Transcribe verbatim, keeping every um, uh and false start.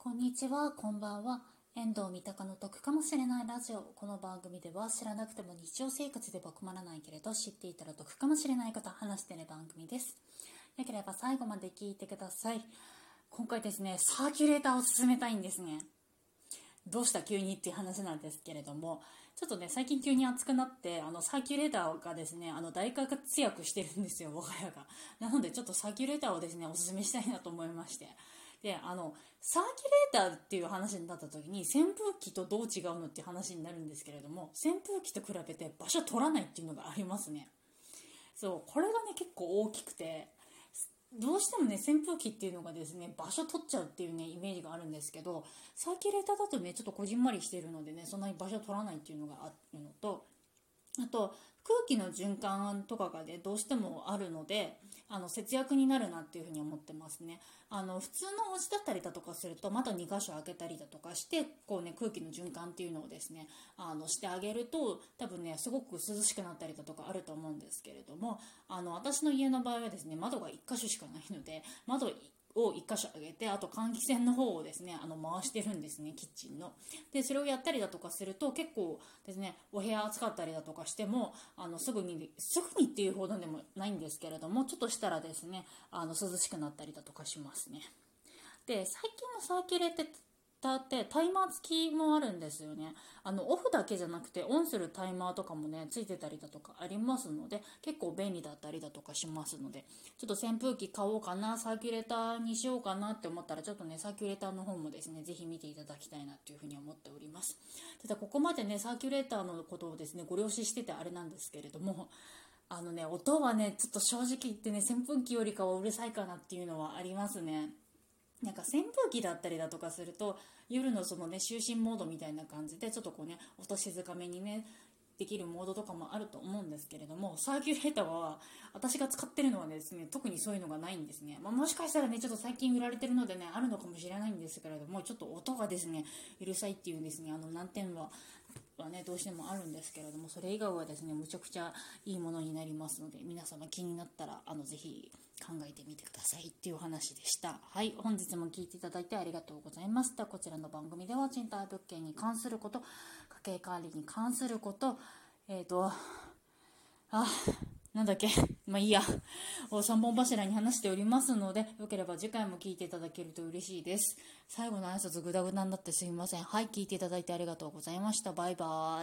こんにちは、こんばんは。遠藤三鷹の得かもしれないラジオ。この番組では知らなくても日常生活では困らないけれど知っていたら得かもしれないことを話している番組です。よければ最後まで聞いてください。今回ですね、サーキュレーターを進めたいんですね。どうした急にっていう話なんですけれども、ちょっとね最近急に暑くなって、あのサーキュレーターがですねあの大活躍してるんですよ、我が家が。なのでちょっとサーキュレーターをですねおすすめしたいなと思いまして、であのサーキュレーターっていう話になった時に扇風機とどう違うのっていう話になるんですけれども、扇風機と比べて場所取らないっていうのがありますね。そうこれがね結構大きくて、どうしてもね扇風機っていうのがですね場所取っちゃうっていうねイメージがあるんですけど、サーキュレーターだとねちょっとこじんまりしているのでね、そんなに場所取らないっていうのがあるのと、あと空気の循環とかがねどうしてもあるので、あの節約になるなっていうふうに思ってますね。あの普通のお家だったりだとかすると窓に箇所開けたりだとかしてこう、ね、空気の循環っていうのをですねあのしてあげると、多分ねすごく涼しくなったりだとかあると思うんですけれども、あの私の家の場合はですね窓がいっ箇所しかないので、窓をいっ箇所上げて、あと換気扇の方をですねあの回してるんですね、キッチンの。でそれをやったりだとかすると結構ですねお部屋暑かったりだとかしても、あのすぐにすぐにっていうほどでもないんですけれども、ちょっとしたらですねあの涼しくなったりだとかしますね。で最近のサーキュレーターってタイマー付きもあるんですよね。あのオフだけじゃなくてオンするタイマーとかもねついてたりだとかありますので、結構便利だったりだとかしますので、ちょっと扇風機買おうかな、サーキュレーターにしようかなって思ったら、ちょっとねサーキュレーターの方もですねぜひ見ていただきたいなっていうふうに思っております。ただここまでねサーキュレーターのことをですねご了承しててあれなんですけれども、あのね音はねちょっと正直言ってね扇風機よりかはうるさいかなっていうのはありますね。なんか扇風機だったりだとかすると、夜のそのね就寝モードみたいな感じでちょっとこうね音静かめにねできるモードとかもあると思うんですけれども、サーキュレーターは私が使ってるのはですね特にそういうのがないんですね。まあ、もしかしたらねちょっと最近売られてるのでねあるのかもしれないんですけれども、ちょっと音がですねうるさいっていうですねあの難点ははねどうしてもあるんですけれども、それ以外はですねむちゃくちゃいいものになりますので、皆様気になったらあのぜひ考えてみてくださいっていうお話でした。はい、本日も聞いていただいてありがとうございました。こちらの番組では賃貸物件に関すること、家計管理に関すること、えっ、ー、とあなんだっけまあいいやをさんぼん柱に話しておりますので、よければ次回も聞いていただけると嬉しいです。最後の挨拶グダグダになってすみません。はい、聞いていただいてありがとうございました。バイバーイ。